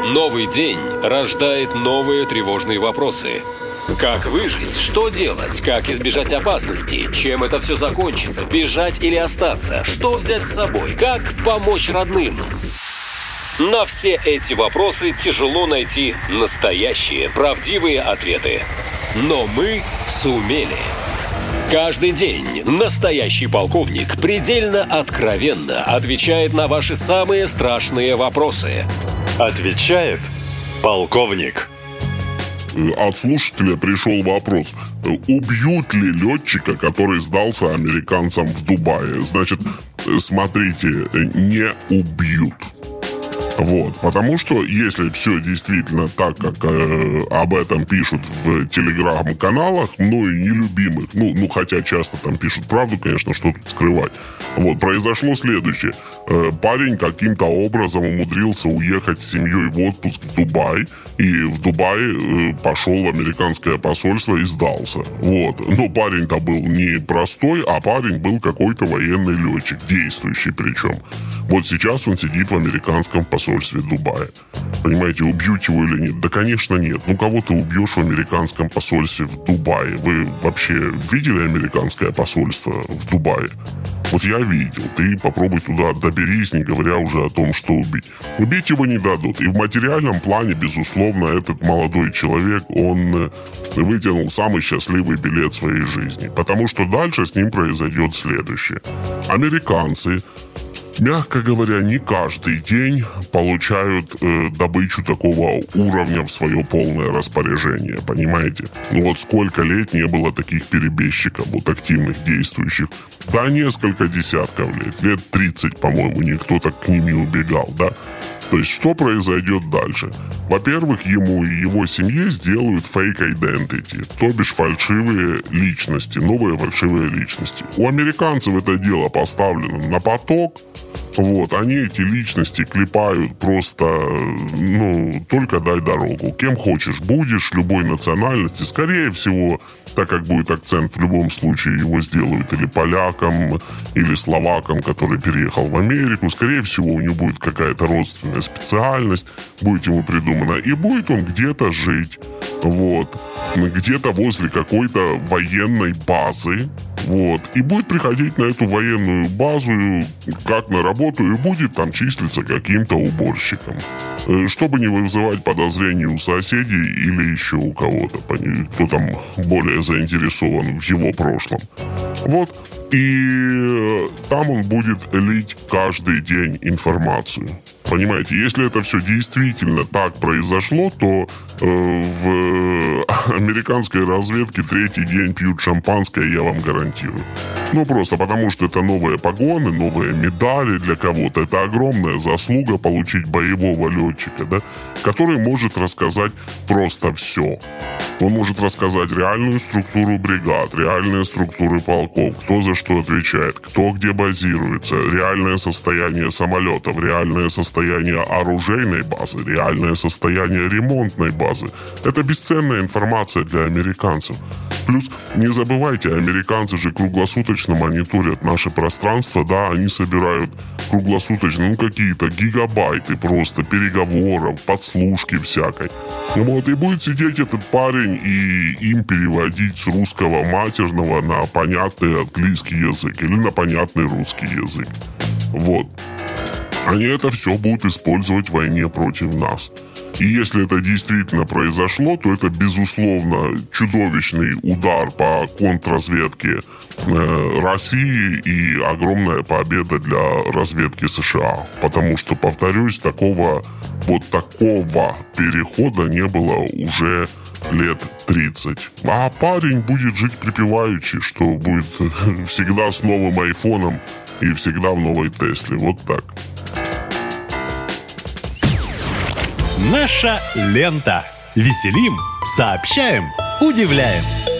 Новый день рождает новые тревожные вопросы. Как выжить? Что делать? Как избежать опасности? Чем это все закончится? Бежать или остаться? Что взять с собой? Как помочь родным? На все эти вопросы тяжело найти настоящие, правдивые ответы. Но мы сумели. Каждый день настоящий полковник предельно откровенно отвечает на ваши самые страшные вопросы. Отвечает полковник. От слушателя пришел вопрос: убьют ли летчика, который сдался американцам в Дубае? Значит, смотрите, не убьют. Вот, потому что если все действительно так, как об этом пишут в телеграм-каналах, ну и нелюбимых, ну хотя часто там пишут правду, конечно, что тут скрывать. Вот, произошло следующее. Парень каким-то образом умудрился уехать с семьей в отпуск в Дубай, и в Дубае пошел в американское посольство и сдался. Вот, но парень-то был не простой, а парень был какой-то военный летчик, действующий причем. Вот сейчас он сидит в американском посольстве Дубая. Понимаете, убьют его или нет? Да, конечно, нет. Ну, кого ты убьешь в американском посольстве в Дубае? Вы вообще видели американское посольство в Дубае? Вот я видел. Ты попробуй туда доберись, не говоря уже о том, что убить. Убить его не дадут. И в материальном плане, безусловно, этот молодой человек, он вытянул самый счастливый билет своей жизни. Потому что дальше с ним произойдет следующее. Американцы, мягко говоря, не каждый день получают добычу такого уровня в свое полное распоряжение, понимаете? Ну вот сколько лет не было таких перебежчиков, вот активных, действующих? Да, несколько десятков лет 30, по-моему, никто так к ним не убегал, да? То есть что произойдет дальше? Во-первых, ему и его семье сделают fake identity, то бишь фальшивые личности, новые фальшивые личности. У американцев это дело поставлено на поток. Вот, они эти личности клепают просто, только дай дорогу. Кем хочешь будешь, любой национальности. Скорее всего, так как будет акцент, в любом случае его сделают или поляком, или словаком, который переехал в Америку. Скорее всего, у него будет какая-то родственная специальность, будет ему придумана. И будет он где-то жить, вот, где-то возле какой-то военной базы. Вот. И будет приходить на эту военную базу как на работу и будет там числиться каким-то уборщиком. Чтобы не вызывать подозрений у соседей или еще у кого-то, кто там более заинтересован в его прошлом. Вот. И там он будет лить каждый день информацию. Понимаете, если это все действительно так произошло, то в американской разведке третий день пьют шампанское, я вам гарантирую. Ну, просто потому, что это новые погоны, новые медали для кого-то. Это огромная заслуга получить боевого летчика, да, который может рассказать просто все. Он может рассказать реальную структуру бригад, реальные структуры полков, кто за что отвечает, кто где базируется, реальное состояние самолетов, реальное состояние оружейной базы, реальное состояние ремонтной базы. Это бесценная информация для американцев. Плюс, не забывайте, американцы же круглосуточно мониторят наше пространство, да, они собирают круглосуточно, какие-то гигабайты просто переговоров, подслушки всякой. Вот, и будет сидеть этот парень и им переводить с русского матерного на понятный английский язык или на понятный русский язык. Вот. Они это все будут использовать в войне против нас. И если это действительно произошло, то это, безусловно, чудовищный удар по контрразведке России и огромная победа для разведки США. Потому что, повторюсь, такого перехода не было уже лет 30. А парень будет жить припеваючи, что будет всегда с новым айфоном и всегда в новой Тесле. Вот так. Наша лента. Веселим, сообщаем, удивляем.